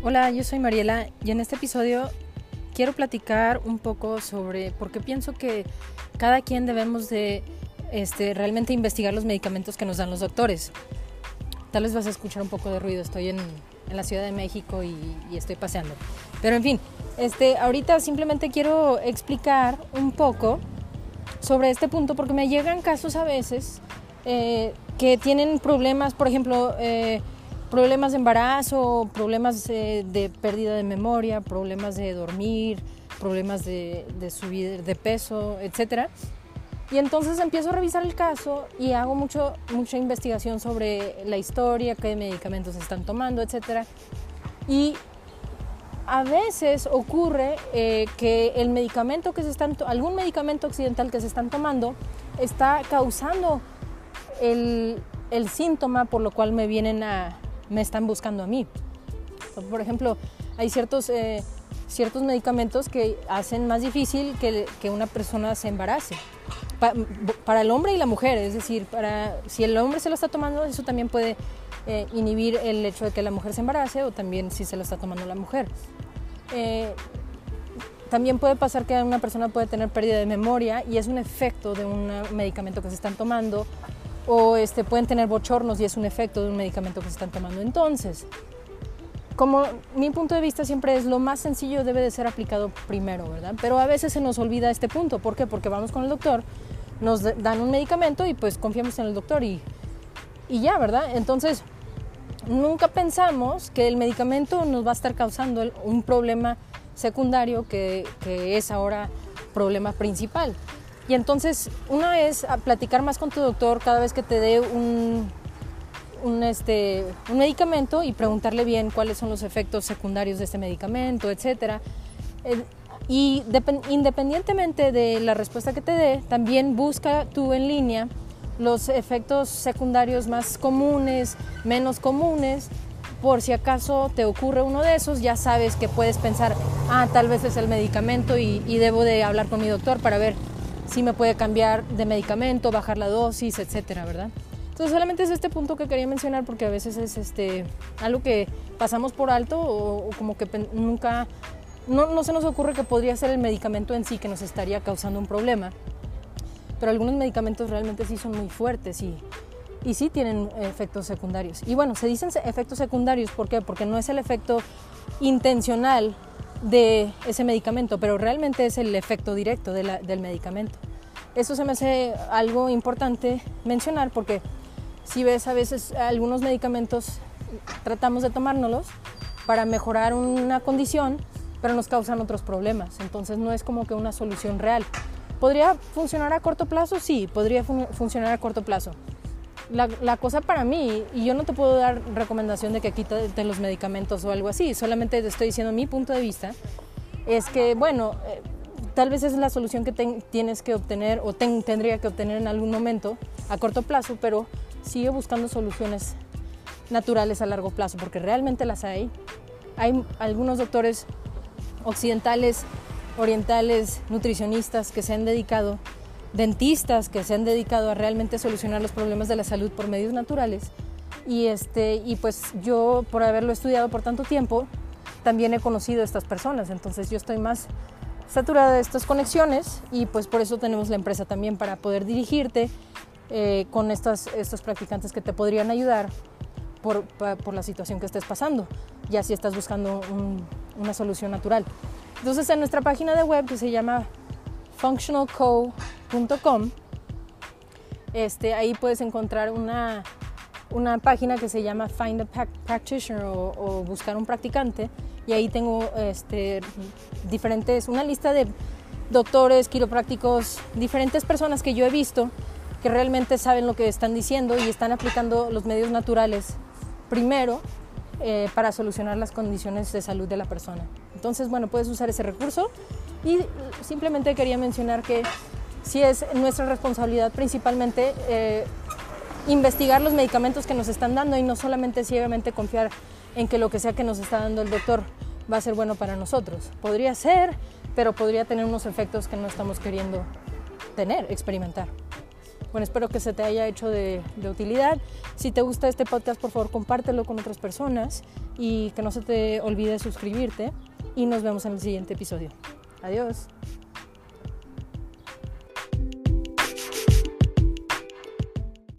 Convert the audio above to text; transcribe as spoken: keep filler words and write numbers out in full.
Hola, yo soy Mariela y en este episodio quiero platicar un poco sobre por qué pienso que cada quien debemos de este, realmente investigar los medicamentos que nos dan los doctores. Tal vez vas a escuchar un poco de ruido, estoy en, en la Ciudad de México y, y estoy paseando. Pero en fin, este, ahorita simplemente quiero explicar un poco sobre este punto porque me llegan casos a veces eh, que tienen problemas, por ejemplo, eh, problemas de embarazo, problemas eh, de pérdida de memoria, problemas de dormir, problemas de, de subir de peso, etcétera. Y entonces empiezo a revisar el caso y hago mucho, mucha investigación sobre la historia, qué medicamentos están tomando, etcétera. Y a veces ocurre eh, que el medicamento que se están, algún medicamento occidental que se están tomando está causando el, el síntoma por lo cual me vienen a me están buscando a mí. Por ejemplo, hay ciertos, eh, ciertos medicamentos que hacen más difícil que, que una persona se embarace. Pa, para el hombre y la mujer, es decir, para, si el hombre se lo está tomando, eso también puede eh, inhibir el hecho de que la mujer se embarace, o también si se lo está tomando la mujer. Eh, también puede pasar que una persona puede tener pérdida de memoria y es un efecto de un medicamento que se están tomando, o este, pueden tener bochornos y es un efecto de un medicamento que se están tomando. Entonces, como mi punto de vista siempre es lo más sencillo debe de ser aplicado primero, ¿verdad? Pero a veces se nos olvida este punto. ¿Por qué? Porque vamos con el doctor, nos dan un medicamento y pues confiamos en el doctor y, y ya, ¿verdad? Entonces, nunca pensamos que el medicamento nos va a estar causando un problema secundario que, que es ahora problema principal. Y entonces, una es a platicar más con tu doctor cada vez que te dé un, un, este, un medicamento y preguntarle bien cuáles son los efectos secundarios de este medicamento, etcétera. Eh, y dep- independientemente de la respuesta que te dé, también busca tú en línea los efectos secundarios más comunes, menos comunes. Por si acaso te ocurre uno de esos, ya sabes que puedes pensar, ah, tal vez es el medicamento y, y debo de hablar con mi doctor para ver si me puede cambiar de medicamento, bajar la dosis, etcétera, ¿verdad? Entonces solamente es este punto que quería mencionar porque a veces es este, algo que pasamos por alto o, o como que nunca, no, no se nos ocurre que podría ser el medicamento en sí que nos estaría causando un problema. Pero algunos medicamentos realmente sí son muy fuertes y, y sí tienen efectos secundarios. Y bueno, se dicen efectos secundarios, ¿por qué? Porque no es el efecto intencional de ese medicamento, pero realmente es el efecto directo de la, del medicamento. Eso se me hace algo importante mencionar porque si ves a veces algunos medicamentos tratamos de tomárnoslos para mejorar una condición, pero nos causan otros problemas, entonces no es como que una solución real. ¿Podría funcionar a corto plazo? Sí, podría fun- funcionar a corto plazo. La, la cosa para mí, y yo no te puedo dar recomendación de que quítate los medicamentos o algo así, solamente te estoy diciendo mi punto de vista, es que, bueno, eh, tal vez es la solución que ten, tienes que obtener o ten, tendría que obtener en algún momento a corto plazo, pero sigue buscando soluciones naturales a largo plazo, porque realmente las hay. Hay algunos doctores occidentales, orientales, nutricionistas que se han dedicado, dentistas que se han dedicado a realmente solucionar los problemas de la salud por medios naturales y, este, y pues yo por haberlo estudiado por tanto tiempo también he conocido a estas personas, entonces yo estoy más saturada de estas conexiones y pues por eso tenemos la empresa también para poder dirigirte eh, con estas, estos practicantes que te podrían ayudar por, por la situación que estés pasando, ya si estás buscando un, una solución natural. Entonces en nuestra página de web que se llama functional co punto com, este, ahí puedes encontrar una, una página que se llama Find a Practitioner o, o buscar un practicante y ahí tengo este, diferentes, una lista de doctores, quiroprácticos, diferentes personas que yo he visto que realmente saben lo que están diciendo y están aplicando los medios naturales primero eh, para solucionar las condiciones de salud de la persona. Entonces, bueno, puedes usar ese recurso y simplemente quería mencionar que sí es nuestra responsabilidad principalmente eh, investigar los medicamentos que nos están dando y no solamente ciegamente confiar en que lo que sea que nos está dando el doctor va a ser bueno para nosotros. Podría ser, pero podría tener unos efectos que no estamos queriendo tener, experimentar. Bueno, espero que se te haya hecho de, de utilidad. Si te gusta este podcast, por favor, compártelo con otras personas y que no se te olvide suscribirte. Y nos vemos en el siguiente episodio. Adiós.